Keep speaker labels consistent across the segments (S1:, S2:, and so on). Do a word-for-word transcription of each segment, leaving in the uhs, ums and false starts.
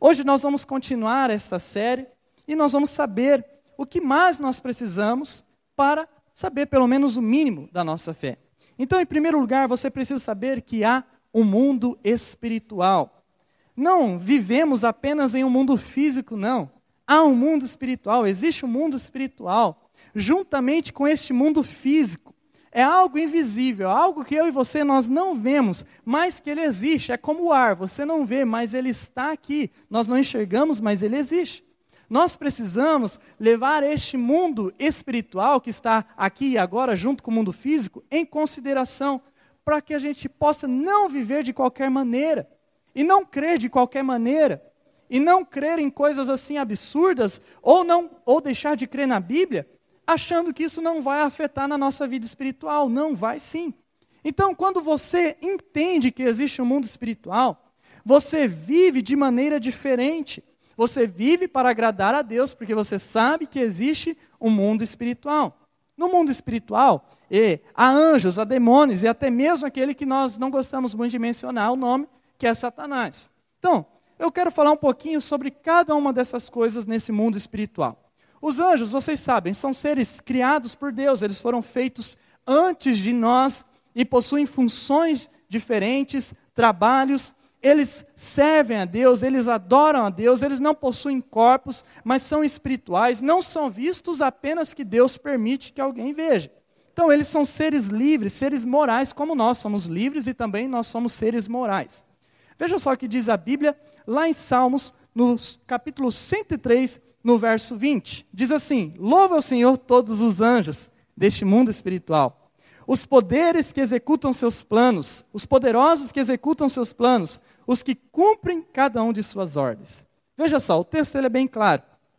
S1: Hoje nós vamos continuar esta série e nós vamos saber o que mais nós precisamos para saber pelo menos o mínimo da nossa fé. Então, em primeiro lugar, você precisa saber que há um mundo espiritual. Não vivemos apenas em um mundo físico, não. Há um mundo espiritual, existe um mundo espiritual, juntamente com este mundo físico. É algo invisível, algo que eu e você nós não vemos, mas que ele existe. É como o ar, você não vê, mas ele está aqui. Nós não enxergamos, mas ele existe. Nós precisamos levar este mundo espiritual que está aqui e agora, junto com o mundo físico, em consideração, para que a gente possa não viver de qualquer maneira, e não crer de qualquer maneira, e não crer em coisas assim absurdas, ou, não, ou deixar de crer na Bíblia, achando que isso não vai afetar na nossa vida espiritual. Não, vai sim. Então, quando você entende que existe um mundo espiritual, você vive de maneira diferente. Você vive para agradar a Deus, porque você sabe que existe um mundo espiritual. No mundo espiritual, e, há anjos, há demônios, e até mesmo aquele que nós não gostamos muito de mencionar o nome, que é Satanás. Então, eu quero falar um pouquinho sobre cada uma dessas coisas nesse mundo espiritual. Os anjos, vocês sabem, são seres criados por Deus, eles foram feitos antes de nós e possuem funções diferentes, trabalhos. Eles servem a Deus, eles adoram a Deus, eles não possuem corpos, mas são espirituais, não são vistos apenas que Deus permite que alguém veja. Então, eles são seres livres, seres morais, como nós somos livres e também nós somos seres morais. Veja só o que diz a Bíblia, lá em Salmos, no capítulo cento e três, no verso vinte. Diz assim: louva ao Senhor todos os anjos deste mundo espiritual, os poderes que executam seus planos, os poderosos que executam seus planos, os que cumprem cada um de suas ordens. Veja só, o texto ele é bem claro.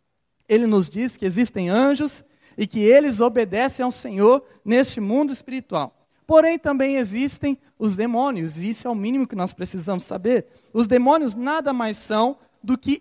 S1: Ele nos diz que existem anjos e que eles obedecem ao Senhor neste mundo espiritual. Porém, também existem os demônios, e isso é o mínimo que nós precisamos saber. Os demônios nada mais são do que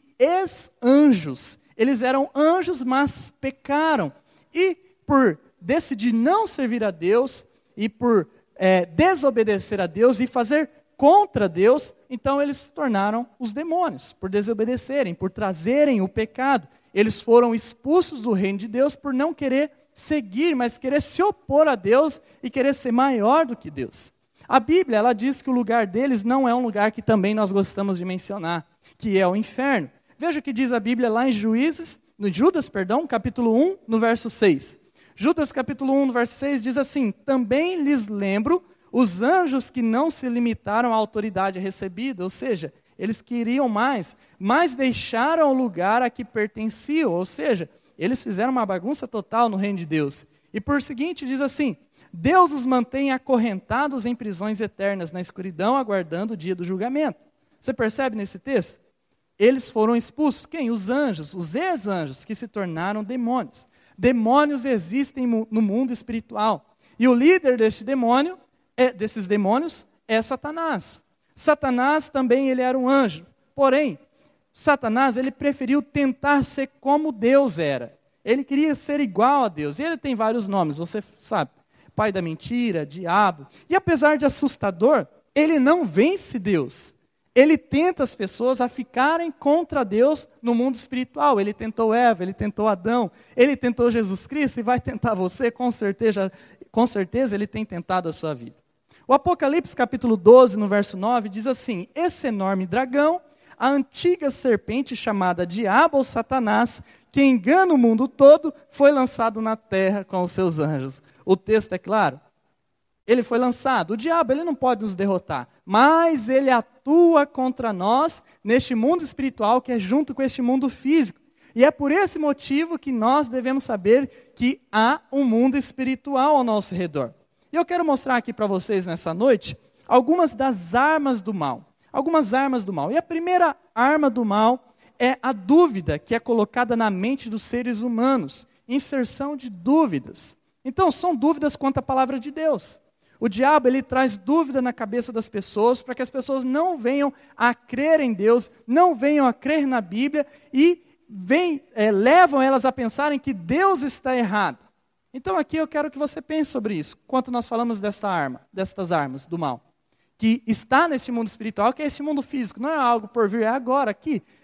S1: ex-anjos. Eles eram anjos, mas pecaram. E por decidir não servir a Deus, e por é, desobedecer a Deus e fazer contra Deus, então eles se tornaram os demônios, por desobedecerem, por trazerem o pecado. Eles foram expulsos do reino de Deus por não querer seguir, mas querer se opor a Deus e querer ser maior do que Deus. A Bíblia, ela diz que o lugar deles não é um lugar que também nós gostamos de mencionar, que é o inferno. Veja o que diz a Bíblia lá em Juízes, no Judas, perdão, capítulo um, no verso seis. Judas capítulo um, no verso seis, diz assim: também lhes lembro os anjos que não se limitaram à autoridade recebida, ou seja, eles queriam mais, mas deixaram o lugar a que pertenciam, ou seja, eles fizeram uma bagunça total no reino de Deus. E por seguinte, diz assim: Deus os mantém acorrentados em prisões eternas, na escuridão, aguardando o dia do julgamento. Você percebe nesse texto? Eles foram expulsos. Quem? Os anjos, os ex-anjos, que se tornaram demônios. Demônios existem no mundo espiritual. E o líder deste demônio, é, desses demônios é Satanás. Satanás também ele era um anjo. Porém, Satanás ele preferiu tentar ser como Deus era. Ele queria ser igual a Deus. E ele tem vários nomes, você sabe. Pai da mentira, diabo. E apesar de assustador, ele não vence Deus. Ele tenta as pessoas a ficarem contra Deus no mundo espiritual. Ele tentou Eva, ele tentou Adão, ele tentou Jesus Cristo e vai tentar você, com certeza, com certeza ele tem tentado a sua vida. O Apocalipse capítulo doze, no verso nove, diz assim: esse enorme dragão, a antiga serpente chamada Diabo ou Satanás, que engana o mundo todo, foi lançado na terra com os seus anjos. O texto é claro. Ele foi lançado. O diabo ele não pode nos derrotar, mas ele atua contra nós neste mundo espiritual que é junto com este mundo físico. E é por esse motivo que nós devemos saber que há um mundo espiritual ao nosso redor. E eu quero mostrar aqui para vocês nessa noite algumas das armas do mal. Algumas armas do mal. E a primeira arma do mal é a dúvida que é colocada na mente dos seres humanos. Inserção de dúvidas. Então, são dúvidas quanto à palavra de Deus. O diabo ele traz dúvida na cabeça das pessoas para que as pessoas não venham a crer em Deus, não venham a crer na Bíblia e vem, é, levam elas a pensarem que Deus está errado. Então aqui eu quero que você pense sobre isso, enquanto nós falamos desta arma, destas armas do mal, que está neste mundo espiritual, que é este mundo físico, não é algo por vir, é agora, aqui.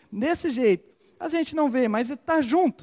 S1: desse jeito. A gente não vê, mas ele está junto.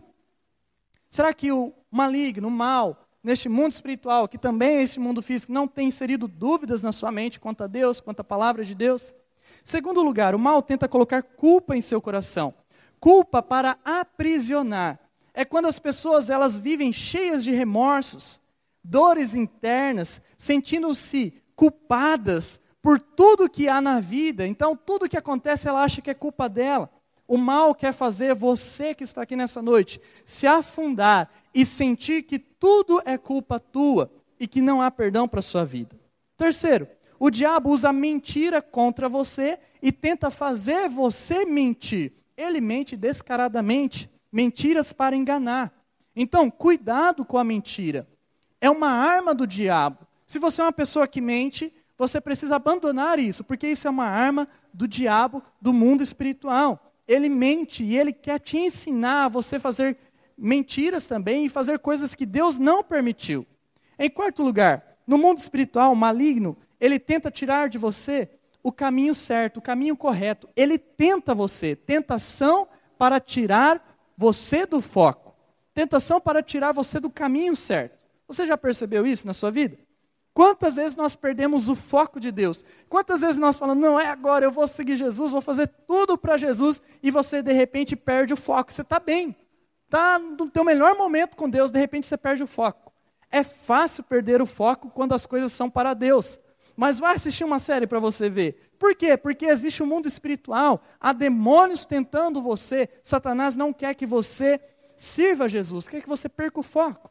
S1: Será que o maligno, o mal, neste mundo espiritual, que também é esse mundo físico, não tem inserido dúvidas na sua mente quanto a Deus, quanto à palavra de Deus? Segundo lugar, o mal tenta colocar culpa em seu coração. Culpa para aprisionar. É quando as pessoas elas vivem cheias de remorsos, dores internas, sentindo-se culpadas por tudo que há na vida. Então, tudo que acontece, ela acha que é culpa dela. O mal quer fazer você que está aqui nessa noite se afundar e sentir que tudo é culpa tua e que não há perdão para a sua vida. Terceiro, o diabo usa mentira contra você e tenta fazer você mentir. Ele mente descaradamente, mentiras para enganar. Então, cuidado com a mentira. É uma arma do diabo. Se você é uma pessoa que mente, você precisa abandonar isso, porque isso é uma arma do diabo, do mundo espiritual. Ele mente e ele quer te ensinar a você fazer mentiras também e fazer coisas que Deus não permitiu. Em quarto lugar, no mundo espiritual, o maligno, ele tenta tirar de você o caminho certo, o caminho correto. Ele tenta você, tentação para tirar você do foco. Tentação para tirar você do caminho certo. Você já percebeu isso na sua vida? Quantas vezes nós perdemos o foco de Deus? Quantas vezes nós falamos, não é agora, eu vou seguir Jesus, vou fazer tudo para Jesus, e você de repente perde o foco. Você está bem, está no teu melhor momento com Deus, de repente você perde o foco. É fácil perder o foco quando as coisas são para Deus. Mas vai assistir uma série para você ver. Por quê? Porque existe um mundo espiritual, há demônios tentando você. Satanás não quer que você sirva a Jesus, quer que você perca o foco.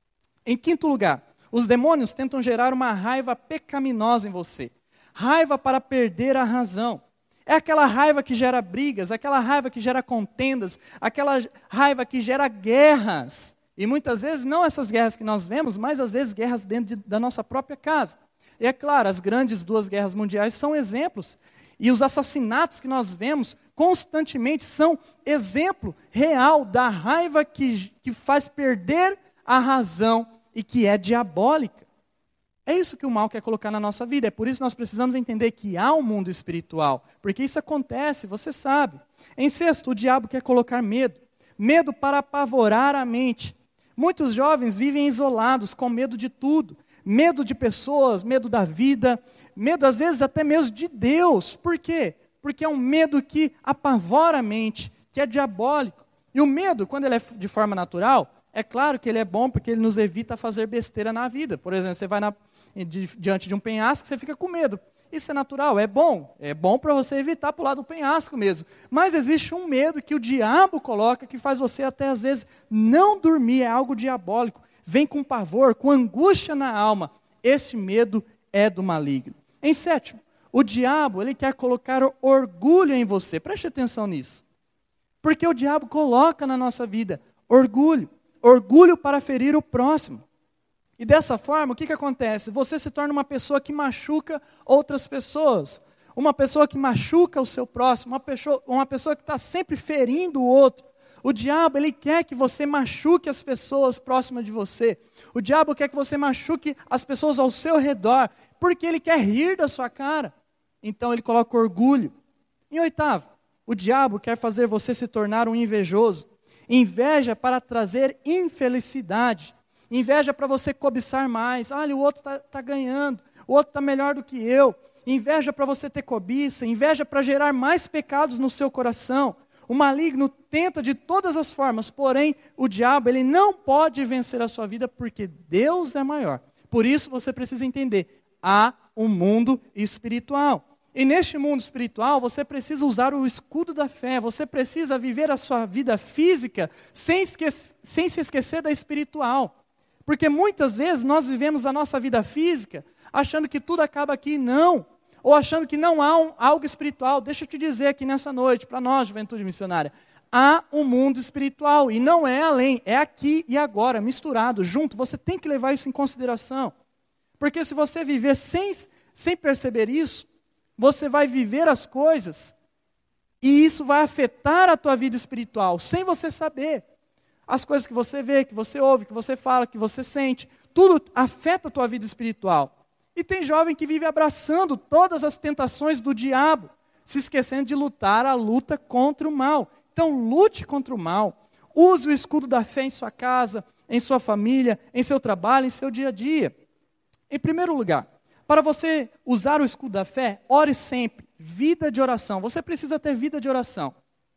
S1: Em quinto lugar, os demônios tentam gerar uma raiva pecaminosa em você. Raiva para perder a razão. É aquela raiva que gera brigas, aquela raiva que gera contendas, aquela raiva que gera guerras. E muitas vezes, não essas guerras que nós vemos, mas às vezes guerras dentro de, da nossa própria casa. E é claro, as grandes duas guerras mundiais são exemplos. E os assassinatos que nós vemos constantemente são exemplo real da raiva que, que faz perder a razão e que é diabólica. É isso que o mal quer colocar na nossa vida. É por isso que nós precisamos entender que há um mundo espiritual. Porque isso acontece, você sabe. Em sexto, o diabo quer colocar medo. Medo para apavorar a mente. Muitos jovens vivem isolados, com medo de tudo. Medo de pessoas, medo da vida, medo às vezes até mesmo de Deus. Por quê? Porque é um medo que apavora a mente, que é diabólico. E o medo, quando ele é de forma natural, é claro que ele é bom porque ele nos evita fazer besteira na vida. Por exemplo, você vai na, di, diante de um penhasco, você fica com medo. Isso é natural, é bom. É bom para você evitar pular do penhasco mesmo. Mas existe um medo que o diabo coloca que faz você até às vezes não dormir, é algo diabólico. Vem com pavor, com angústia na alma. Esse medo é do maligno. Em sétimo, o diabo ele quer colocar orgulho em você. Preste atenção nisso. Porque o diabo coloca na nossa vida orgulho. Orgulho para ferir o próximo. E dessa forma, o que, que acontece? Você se torna uma pessoa que machuca outras pessoas. Uma pessoa que machuca o seu próximo. Uma pessoa, uma pessoa que está sempre ferindo o outro. O diabo, ele quer que você machuque as pessoas próximas de você. O diabo quer que você machuque as pessoas ao seu redor, porque ele quer rir da sua cara. Então ele coloca orgulho. Em oitavo, o diabo quer fazer você se tornar um invejoso. Inveja para trazer infelicidade. Inveja para você cobiçar mais. Olha, o outro está tá ganhando, o outro está melhor do que eu. Inveja para você ter cobiça. Inveja para gerar mais pecados no seu coração. O maligno tenta de todas as formas, porém, o diabo ele não pode vencer a sua vida porque Deus é maior. Por isso você precisa entender, há um mundo espiritual. E neste mundo espiritual, você precisa usar o escudo da fé, você precisa viver a sua vida física sem, esquecer, sem se esquecer da espiritual. Porque muitas vezes nós vivemos a nossa vida física achando que tudo acaba aqui, não. Ou achando que não há um, algo espiritual. Deixa eu te dizer aqui nessa noite, para nós, Juventude Missionária, há um mundo espiritual, e não é além, é aqui e agora, misturado, junto. Você tem que levar isso em consideração. Porque se você viver sem, sem perceber isso, você vai viver as coisas, e isso vai afetar a tua vida espiritual, sem você saber. As coisas que você vê, que você ouve, que você fala, que você sente, tudo afeta a tua vida espiritual. E tem jovem que vive abraçando todas as tentações do diabo, se esquecendo de lutar a luta contra o mal. Então, lute contra o mal. Use o escudo da fé em sua casa, em sua família, em seu trabalho, em seu dia a dia. Em primeiro lugar, para você usar o escudo da fé, ore sempre. Vida de oração. Você precisa ter vida de oração.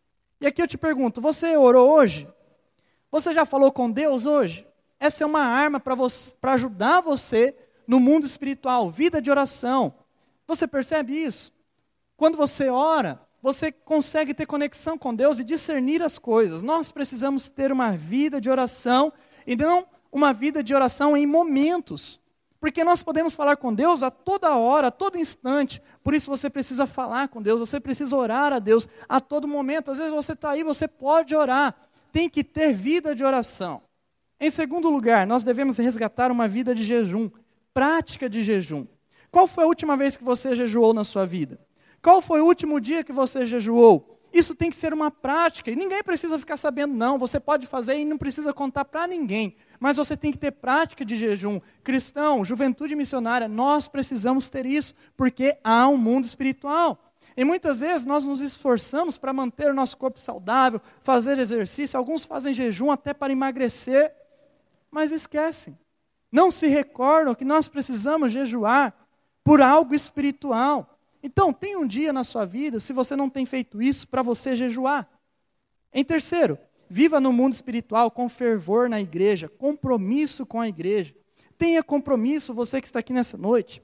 S1: E aqui eu te pergunto, você orou hoje? Você já falou com Deus hoje? Essa é uma arma para você, para ajudar você no mundo espiritual, vida de oração. Você percebe isso? Quando você ora, você consegue ter conexão com Deus e discernir as coisas. Nós precisamos ter uma vida de oração e não uma vida de oração em momentos. Porque nós podemos falar com Deus a toda hora, a todo instante. Por isso você precisa falar com Deus, você precisa orar a Deus a todo momento. Às vezes você está aí, você pode orar. Tem que ter vida de oração. Em segundo lugar, nós devemos resgatar uma vida de jejum, prática de jejum. Qual foi a última vez que você jejuou na sua vida? Qual foi o último dia que você jejuou? Isso tem que ser uma prática, e ninguém precisa ficar sabendo não, você pode fazer e não precisa contar para ninguém, mas você tem que ter prática de jejum. Cristão, juventude missionária, nós precisamos ter isso, porque há um mundo espiritual. E muitas vezes nós nos esforçamos para manter o nosso corpo saudável, fazer exercício, alguns fazem jejum até para emagrecer, mas esquecem, não se recordam que nós precisamos jejuar por algo espiritual. Então, tem um dia na sua vida, se você não tem feito isso, para você jejuar. Em terceiro, viva no mundo espiritual com fervor na igreja, compromisso com a igreja. Tenha compromisso, você que está aqui nessa noite.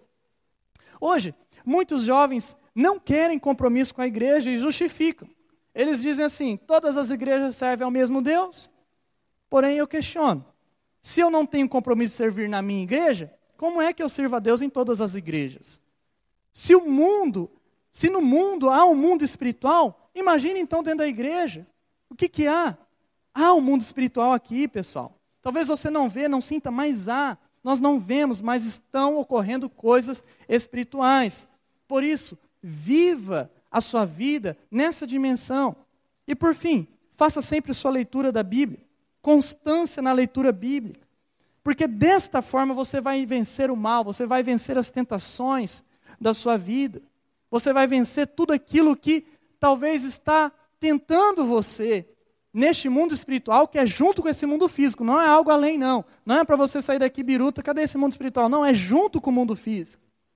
S1: Hoje, muitos jovens não querem compromisso com a igreja e justificam. Eles dizem assim, todas as igrejas servem ao mesmo Deus. Porém, eu questiono, se eu não tenho compromisso de servir na minha igreja, como é que eu sirvo a Deus em todas as igrejas? Se o mundo, se no mundo há um mundo espiritual, imagine então dentro da igreja. O que que há? Há um mundo espiritual aqui, pessoal. Talvez você não vê, não sinta, mas há. Nós não vemos, mas estão ocorrendo coisas espirituais. Por isso, viva a sua vida nessa dimensão. E por fim, faça sempre sua leitura da Bíblia. Constância na leitura bíblica. Porque desta forma você vai vencer o mal, você vai vencer as tentações da sua vida. Você vai vencer tudo aquilo que talvez está tentando você neste mundo espiritual, que é junto com esse mundo físico. Não é algo além, não. Não é para você sair daqui biruta, cadê esse mundo espiritual? Não, é junto com o mundo físico.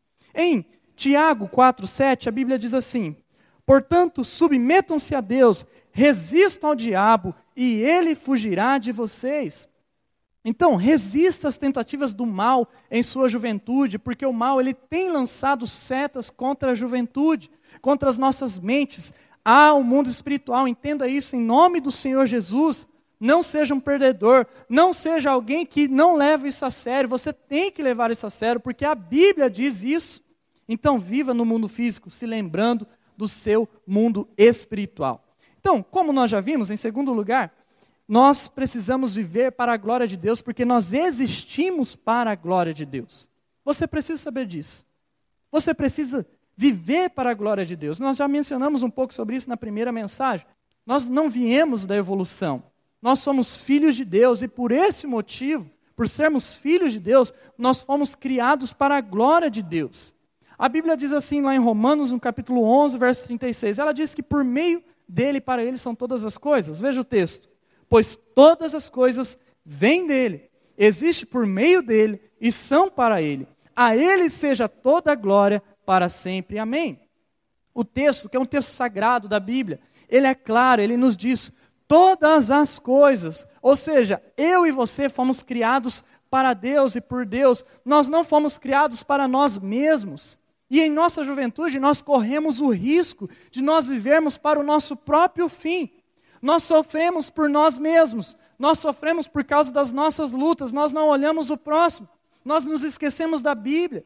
S1: Em Tiago quatro, sete, a Bíblia diz assim, portanto, submetam-se a Deus, resistam ao diabo, e ele fugirá de vocês. Então, resista às tentativas do mal em sua juventude, porque o mal ele tem lançado setas contra a juventude, contra as nossas mentes. Há um mundo espiritual, entenda isso em nome do Senhor Jesus. Não seja um perdedor, não seja alguém que não leva isso a sério. Você tem que levar isso a sério, porque a Bíblia diz isso. Então, viva no mundo físico, se lembrando do seu mundo espiritual. Então, como nós já vimos, em segundo lugar, nós precisamos viver para a glória de Deus, porque nós existimos para a glória de Deus. Você precisa saber disso. Você precisa viver para a glória de Deus. Nós já mencionamos um pouco sobre isso na primeira mensagem. Nós não viemos da evolução. Nós somos filhos de Deus e por esse motivo, por sermos filhos de Deus, nós fomos criados para a glória de Deus. A Bíblia diz assim lá em Romanos, no capítulo onze, verso trinta e seis. Ela diz que por meio dele, para ele são todas as coisas. Veja o texto. Pois todas as coisas vêm dele, existe por meio dele e são para ele. A ele seja toda a glória para sempre. Amém. O texto, que é um texto sagrado da Bíblia, ele é claro, ele nos diz todas as coisas. Ou seja, eu e você fomos criados para Deus e por Deus. Nós não fomos criados para nós mesmos. E em nossa juventude nós corremos o risco de nós vivermos para o nosso próprio fim. Nós sofremos por nós mesmos, nós sofremos por causa das nossas lutas, nós não olhamos o próximo, nós nos esquecemos da Bíblia.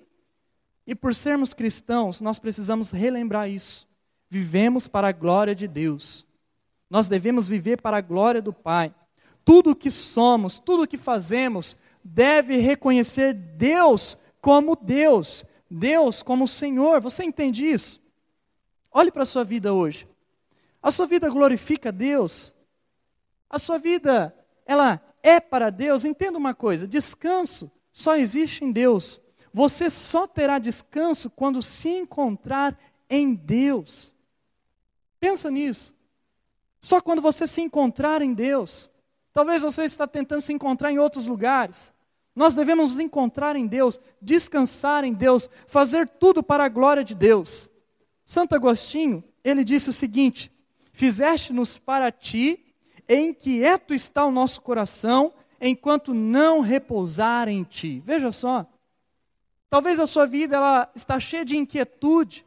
S1: E por sermos cristãos, nós precisamos relembrar isso. Vivemos para a glória de Deus. Nós devemos viver para a glória do Pai. Tudo o que somos, tudo o que fazemos, deve reconhecer Deus como Deus, Deus como Senhor. Você entende isso? Olhe para a sua vida hoje. A sua vida glorifica a Deus? A sua vida, ela é para Deus? Entenda uma coisa, descanso só existe em Deus. Você só terá descanso quando se encontrar em Deus. Pensa nisso. Só quando você se encontrar em Deus, talvez você está tentando se encontrar em outros lugares. Nós devemos nos encontrar em Deus, descansar em Deus, fazer tudo para a glória de Deus. Santo Agostinho, ele disse o seguinte: fizeste-nos para ti, e inquieto está o nosso coração, enquanto não repousar em ti. Veja só, talvez a sua vida ela está cheia de inquietude,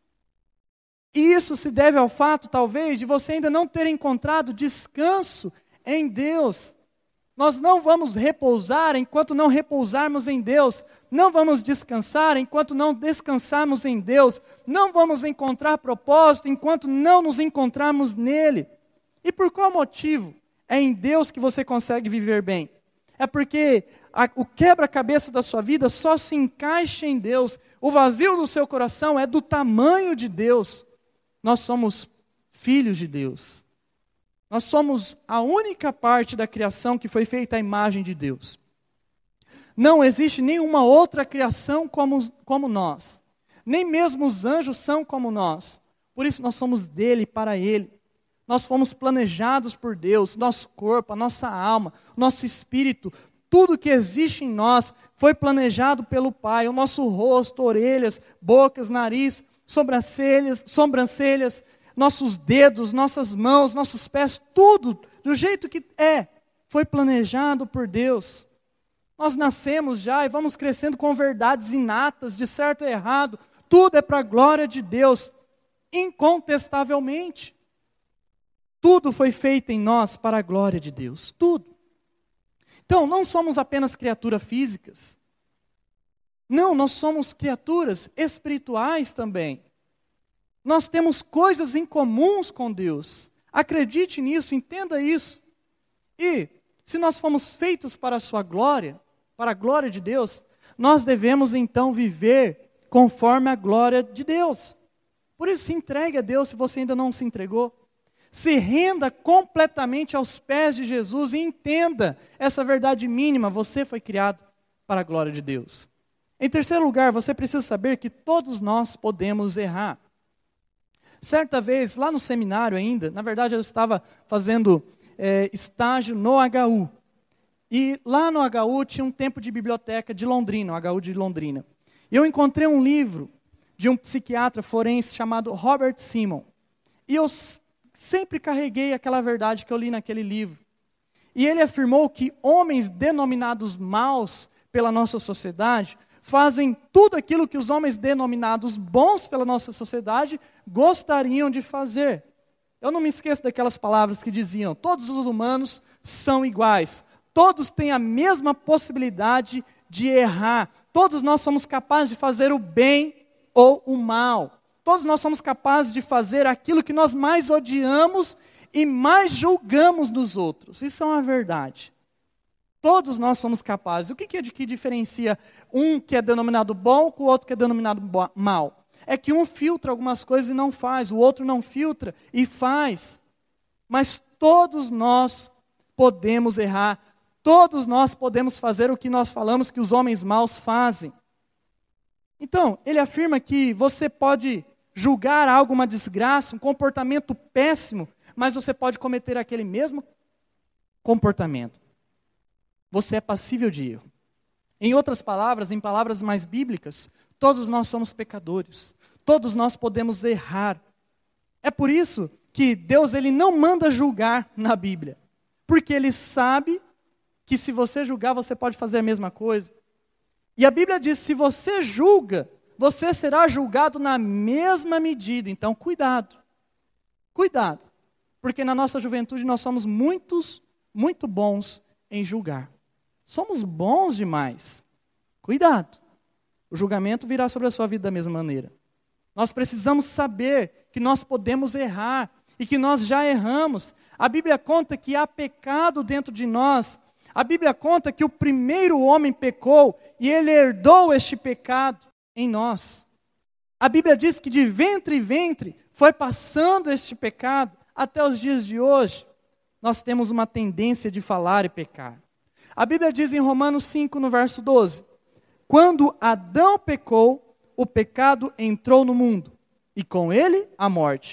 S1: e isso se deve ao fato, talvez, de você ainda não ter encontrado descanso em Deus. Nós não vamos repousar enquanto não repousarmos em Deus. Não vamos descansar enquanto não descansarmos em Deus. Não vamos encontrar propósito enquanto não nos encontrarmos nele. E por qual motivo? É em Deus que você consegue viver bem. É porque a, o quebra-cabeça da sua vida só se encaixa em Deus. O vazio do seu coração é do tamanho de Deus. Nós somos filhos de Deus. Nós somos a única parte da criação que foi feita à imagem de Deus. Não existe nenhuma outra criação como, como nós. Nem mesmo os anjos são como nós. Por isso nós somos dele, para ele. Nós fomos planejados por Deus. Nosso corpo, a nossa alma, nosso espírito, tudo que existe em nós foi planejado pelo Pai. O nosso rosto, orelhas, bocas, nariz, sobrancelhas, sobrancelhas, nossos dedos, nossas mãos, nossos pés, tudo do jeito que é, foi planejado por Deus. Nós nascemos já e vamos crescendo com verdades inatas, de certo e errado, tudo é para a glória de Deus, incontestavelmente. Tudo foi feito em nós para a glória de Deus, tudo. Então, não somos apenas criaturas físicas, não, nós somos criaturas espirituais também. Nós temos coisas em comuns com Deus. Acredite nisso, entenda isso. E, se nós fomos feitos para a sua glória, para a glória de Deus, nós devemos então viver conforme a glória de Deus. Por isso, se entregue a Deus se você ainda não se entregou. Se renda completamente aos pés de Jesus e entenda essa verdade mínima: você foi criado para a glória de Deus. Em terceiro lugar, você precisa saber que todos nós podemos errar. Certa vez, lá no seminário ainda, na verdade eu estava fazendo é, estágio no H U. E lá no H U tinha um tempo de biblioteca de Londrina, o H U de Londrina. E eu encontrei um livro de um psiquiatra forense chamado Robert Simon. E eu sempre carreguei aquela verdade que eu li naquele livro. E ele afirmou que homens denominados maus pela nossa sociedade fazem tudo aquilo que os homens denominados bons pela nossa sociedade gostariam de fazer. Eu não me esqueço daquelas palavras que diziam: todos os humanos são iguais, todos têm a mesma possibilidade de errar, todos nós somos capazes de fazer o bem ou o mal, todos nós somos capazes de fazer aquilo que nós mais odiamos e mais julgamos nos outros. Isso é uma verdade. Todos nós somos capazes. O que é de que diferencia um que é denominado bom com o outro que é denominado mal? É que um filtra algumas coisas e não faz, o outro não filtra e faz. Mas todos nós podemos errar, todos nós podemos fazer o que nós falamos que os homens maus fazem. Então, ele afirma que você pode julgar algo, uma desgraça, um comportamento péssimo, mas você pode cometer aquele mesmo comportamento. Você é passível de erro. Em outras palavras, em palavras mais bíblicas, todos nós somos pecadores. Todos nós podemos errar. É por isso que Deus ele não manda julgar na Bíblia. Porque Ele sabe que se você julgar, você pode fazer a mesma coisa. E a Bíblia diz: se você julga, você será julgado na mesma medida. Então, cuidado. Cuidado. Porque na nossa juventude nós somos muitos, muito bons em julgar. Somos bons demais. Cuidado. O julgamento virá sobre a sua vida da mesma maneira. Nós precisamos saber que nós podemos errar e que nós já erramos. A Bíblia conta que há pecado dentro de nós. A Bíblia conta que o primeiro homem pecou e ele herdou este pecado em nós. A Bíblia diz que de ventre em ventre foi passando este pecado até os dias de hoje. Nós temos uma tendência de falar e pecar. A Bíblia diz em Romanos cinco, no verso doze, quando Adão pecou, o pecado entrou no mundo, e com ele a morte.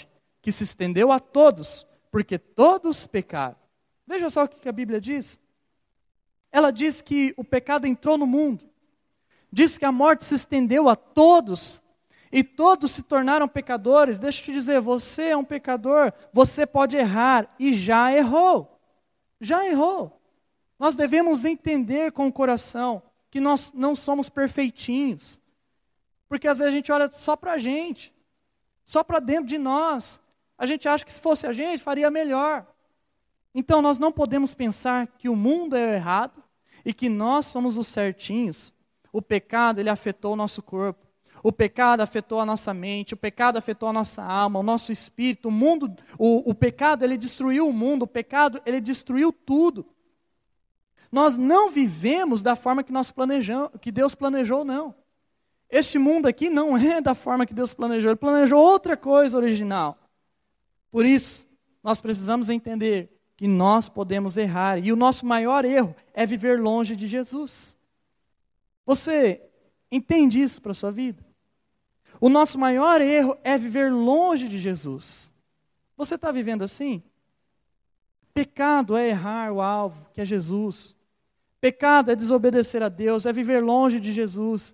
S1: que se estendeu a todos, porque todos pecaram. Veja só o que a Bíblia diz. Ela diz que o pecado entrou no mundo. Diz que a morte se estendeu a todos. E todos se tornaram pecadores. Deixa eu te dizer, você é um pecador. Você pode errar e já errou. Já errou. Nós devemos entender com o coração que nós não somos perfeitinhos. Porque às vezes a gente olha só para a gente. Só para dentro de nós. A gente acha que se fosse a gente, faria melhor. Então nós não podemos pensar que o mundo é o errado e que nós somos os certinhos. O pecado, ele afetou o nosso corpo. O pecado afetou a nossa mente, o pecado afetou a nossa alma, o nosso espírito, o mundo, o, o pecado, ele destruiu o mundo, o pecado, ele destruiu tudo. Nós não vivemos da forma que nós planejamos, que Deus planejou, não. Este mundo aqui não é da forma que Deus planejou, Ele planejou outra coisa original. Por isso, nós precisamos entender que nós podemos errar, e o nosso maior erro é viver longe de Jesus. Você entende isso para a sua vida? O nosso maior erro é viver longe de Jesus. Você está vivendo assim? Pecado é errar o alvo, que é Jesus. Pecado é desobedecer a Deus, é viver longe de Jesus.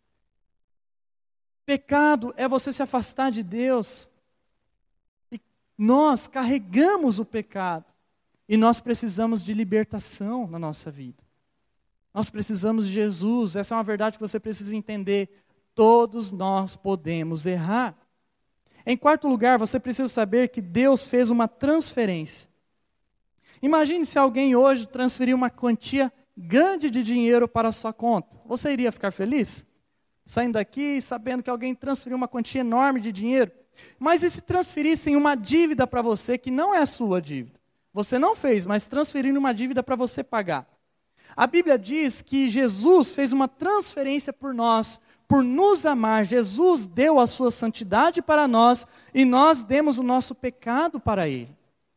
S1: Pecado é você se afastar de Deus. E nós carregamos o pecado. E nós precisamos de libertação na nossa vida. Nós precisamos de Jesus. Essa é uma verdade que você precisa entender. Todos nós podemos errar. Em quarto lugar, você precisa saber que Deus fez uma transferência. Imagine se alguém hoje transferir uma quantia grande de dinheiro para a sua conta. Você iria ficar feliz? Saindo daqui e sabendo que alguém transferiu uma quantia enorme de dinheiro. Mas e se transferissem uma dívida para você que não é a sua dívida? Você não fez, mas transferindo uma dívida para você pagar. A Bíblia diz que Jesus fez uma transferência por nós, por nos amar. Jesus deu a sua santidade para nós e nós demos o nosso pecado para Ele.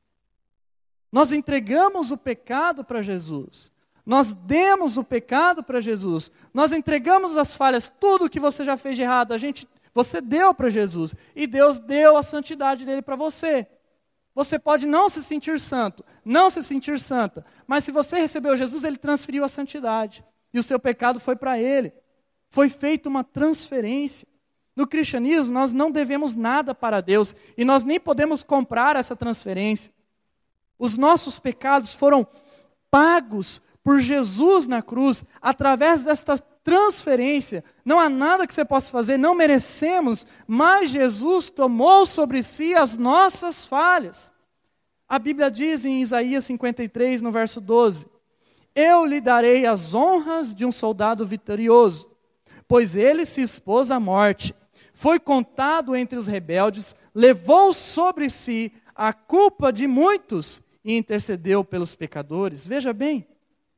S1: Nós entregamos o pecado para Jesus. Nós demos o pecado para Jesus. Nós entregamos as falhas, tudo que você já fez de errado, a gente, você deu para Jesus. E Deus deu a santidade dele para você. Você pode não se sentir santo, não se sentir santa, mas se você recebeu Jesus, Ele transferiu a santidade. E o seu pecado foi para Ele. Foi feita uma transferência. No cristianismo, nós não devemos nada para Deus, e nós nem podemos comprar essa transferência. Os nossos pecados foram pagos por Jesus na cruz, através desta transferência. Não há nada que você possa fazer, não merecemos, mas Jesus tomou sobre si as nossas falhas. A Bíblia diz em Isaías cinquenta e três, no verso doze, eu lhe darei as honras de um soldado vitorioso, pois ele se expôs à morte, foi contado entre os rebeldes, levou sobre si a culpa de muitos e intercedeu pelos pecadores. Veja bem,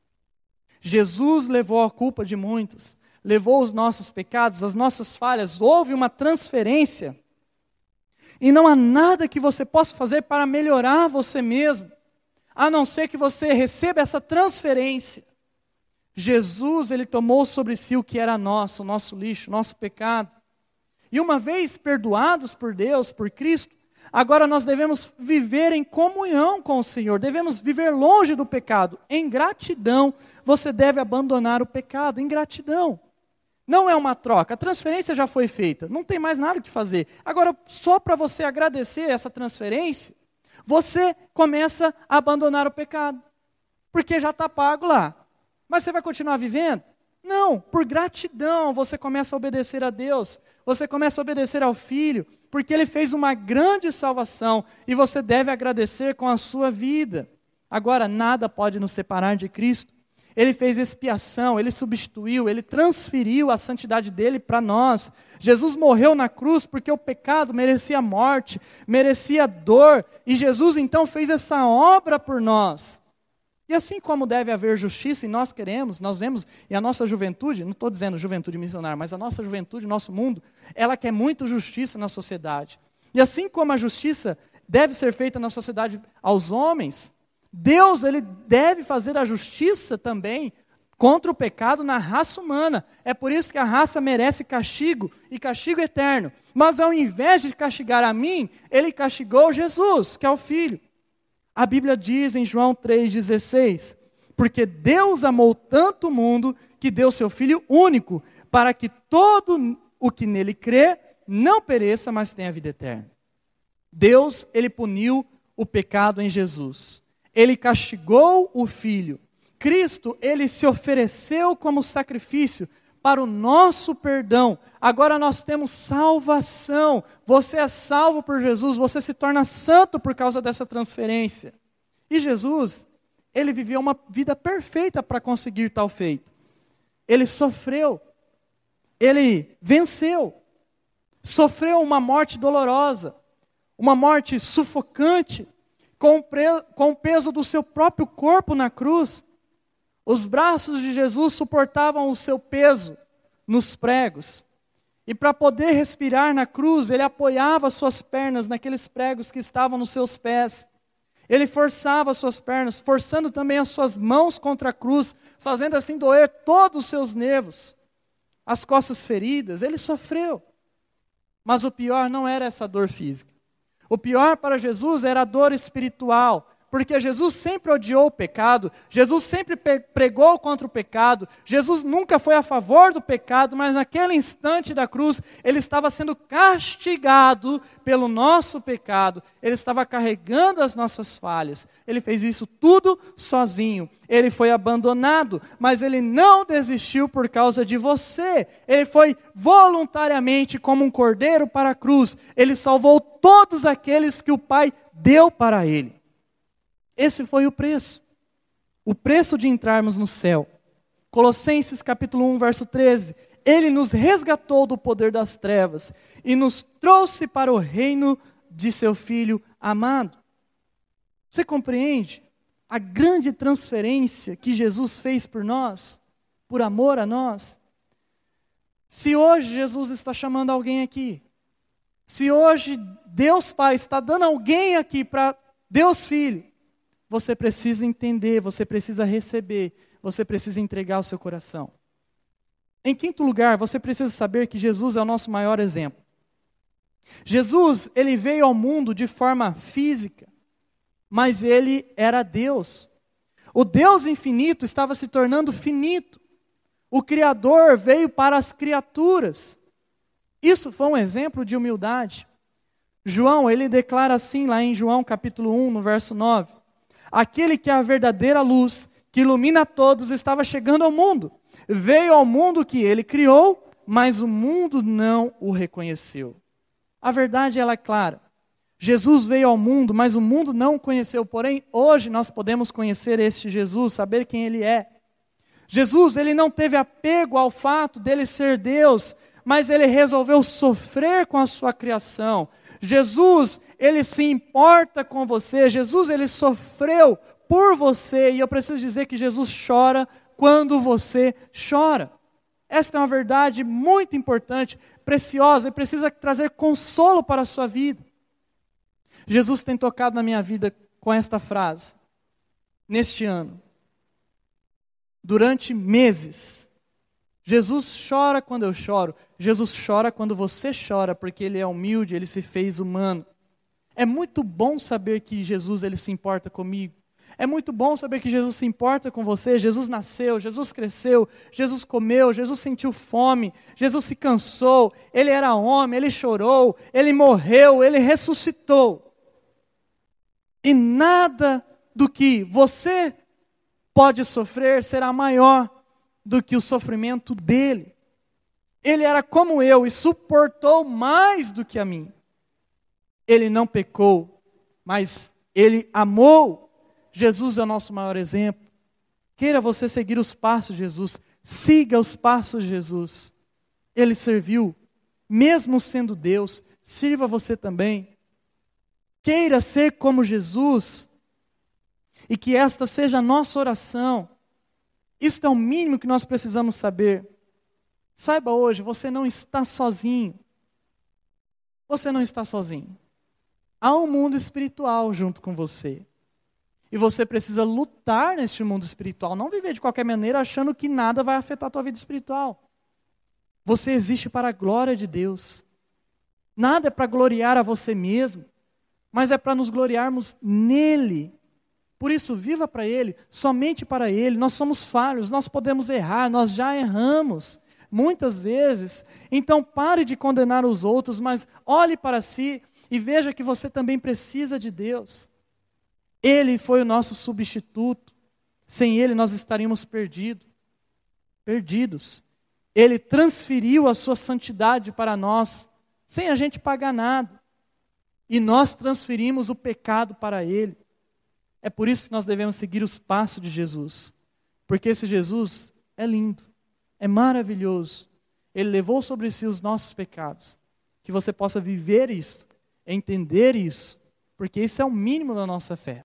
S1: Jesus levou a culpa de muitos, levou os nossos pecados, as nossas falhas, houve uma transferência. E não há nada que você possa fazer para melhorar você mesmo, a não ser que você receba essa transferência. Jesus, Ele tomou sobre si o que era nosso, o nosso lixo, o nosso pecado. E uma vez perdoados por Deus, por Cristo, agora nós devemos viver em comunhão com o Senhor, devemos viver longe do pecado. Em gratidão, você deve abandonar o pecado, em gratidão. Não é uma troca, a transferência já foi feita, não tem mais nada que fazer. Agora, só para você agradecer essa transferência, você começa a abandonar o pecado, porque já está pago lá. Mas você vai continuar vivendo? Não, por gratidão você começa a obedecer a Deus, você começa a obedecer ao Filho, porque Ele fez uma grande salvação e você deve agradecer com a sua vida. Agora, nada pode nos separar de Cristo. Ele fez expiação, Ele substituiu, Ele transferiu a santidade dEle para nós. Jesus morreu na cruz porque o pecado merecia morte, merecia dor, e Jesus então fez essa obra por nós. E assim como deve haver justiça, e nós queremos, nós vemos, e a nossa juventude, não estou dizendo juventude missionária, mas a nossa juventude, o nosso mundo, ela quer muito justiça na sociedade. E assim como a justiça deve ser feita na sociedade aos homens, Deus, Ele deve fazer a justiça também contra o pecado na raça humana. É por isso que a raça merece castigo, e castigo eterno. Mas ao invés de castigar a mim, ele castigou Jesus, que é o Filho. A Bíblia diz em João três dezesseis, porque Deus amou tanto o mundo, que deu seu Filho único, para que todo o que nele crê, não pereça, mas tenha vida eterna. Deus, ele puniu o pecado em Jesus. Ele castigou o Filho. Cristo, ele se ofereceu como sacrifício para o nosso perdão. Agora nós temos salvação. Você é salvo por Jesus, você se torna santo por causa dessa transferência. E Jesus, ele viveu uma vida perfeita para conseguir tal feito. Ele sofreu, ele venceu, sofreu uma morte dolorosa, uma morte sufocante, com, pre- com o peso do seu próprio corpo na cruz. Os braços de Jesus suportavam o seu peso nos pregos. E para poder respirar na cruz, ele apoiava suas pernas naqueles pregos que estavam nos seus pés. Ele forçava as suas pernas, forçando também as suas mãos contra a cruz, fazendo assim doer todos os seus nervos, as costas feridas. Ele sofreu. Mas o pior não era essa dor física. O pior para Jesus era a dor espiritual, porque Jesus sempre odiou o pecado, Jesus sempre pregou contra o pecado, Jesus nunca foi a favor do pecado, mas naquele instante da cruz, ele estava sendo castigado pelo nosso pecado, ele estava carregando as nossas falhas, ele fez isso tudo sozinho, ele foi abandonado, mas ele não desistiu por causa de você, ele foi voluntariamente como um cordeiro para a cruz, ele salvou todos aqueles que o Pai deu para ele. Esse foi o preço, o preço de entrarmos no céu. Colossenses capítulo um, verso treze. Ele nos resgatou do poder das trevas e nos trouxe para o reino de seu Filho amado. Você compreende a grande transferência que Jesus fez por nós, por amor a nós? Se hoje Jesus está chamando alguém aqui, se hoje Deus Pai está dando alguém aqui para Deus Filho, você precisa entender, você precisa receber, você precisa entregar o seu coração. Em quinto lugar, você precisa saber que Jesus é o nosso maior exemplo. Jesus, ele veio ao mundo de forma física, mas ele era Deus. O Deus infinito estava se tornando finito. O Criador veio para as criaturas. Isso foi um exemplo de humildade. João, ele declara assim lá em João capítulo um, no verso nove. Aquele que é a verdadeira luz, que ilumina todos, estava chegando ao mundo. Veio ao mundo que ele criou, mas o mundo não o reconheceu. A verdade, ela é clara. Jesus veio ao mundo, mas o mundo não o conheceu. Porém, hoje nós podemos conhecer este Jesus, saber quem ele é. Jesus, ele não teve apego ao fato dele ser Deus, mas ele resolveu sofrer com a sua criação. Jesus, ele se importa com você, Jesus, ele sofreu por você, e eu preciso dizer que Jesus chora quando você chora. Esta é uma verdade muito importante, preciosa, e precisa trazer consolo para a sua vida. Jesus tem tocado na minha vida com esta frase, neste ano, durante meses. Jesus chora quando eu choro. Jesus chora quando você chora, porque ele é humilde, ele se fez humano. É muito bom saber que Jesus, ele se importa comigo. É muito bom saber que Jesus se importa com você. Jesus nasceu, Jesus cresceu, Jesus comeu, Jesus sentiu fome, Jesus se cansou, ele era homem, ele chorou, ele morreu, ele ressuscitou. E nada do que você pode sofrer será maior do que o sofrimento dele. Ele era como eu e suportou mais do que a mim. Ele não pecou, mas ele amou. Jesus é o nosso maior exemplo. Queira você seguir os passos de Jesus, siga os passos de Jesus. Ele serviu, mesmo sendo Deus, sirva você também. Queira ser como Jesus, e que esta seja a nossa oração. Isso é o mínimo que nós precisamos saber. Saiba hoje, você não está sozinho. Você não está sozinho. Há um mundo espiritual junto com você. E você precisa lutar neste mundo espiritual, não viver de qualquer maneira achando que nada vai afetar a tua vida espiritual. Você existe para a glória de Deus. Nada é para gloriar a você mesmo, mas é para nos gloriarmos nele. Por isso, viva para Ele, somente para Ele. Nós somos falhos, nós podemos errar, nós já erramos muitas vezes. Então pare de condenar os outros, mas olhe para si e veja que você também precisa de Deus. Ele foi o nosso substituto. Sem Ele nós estaríamos perdidos. Perdidos. Ele transferiu a sua santidade para nós, sem a gente pagar nada. E nós transferimos o pecado para Ele. É por isso que nós devemos seguir os passos de Jesus. Porque esse Jesus é lindo, é maravilhoso. Ele levou sobre si os nossos pecados. Que você possa viver isso, entender isso. Porque isso é o mínimo da nossa fé.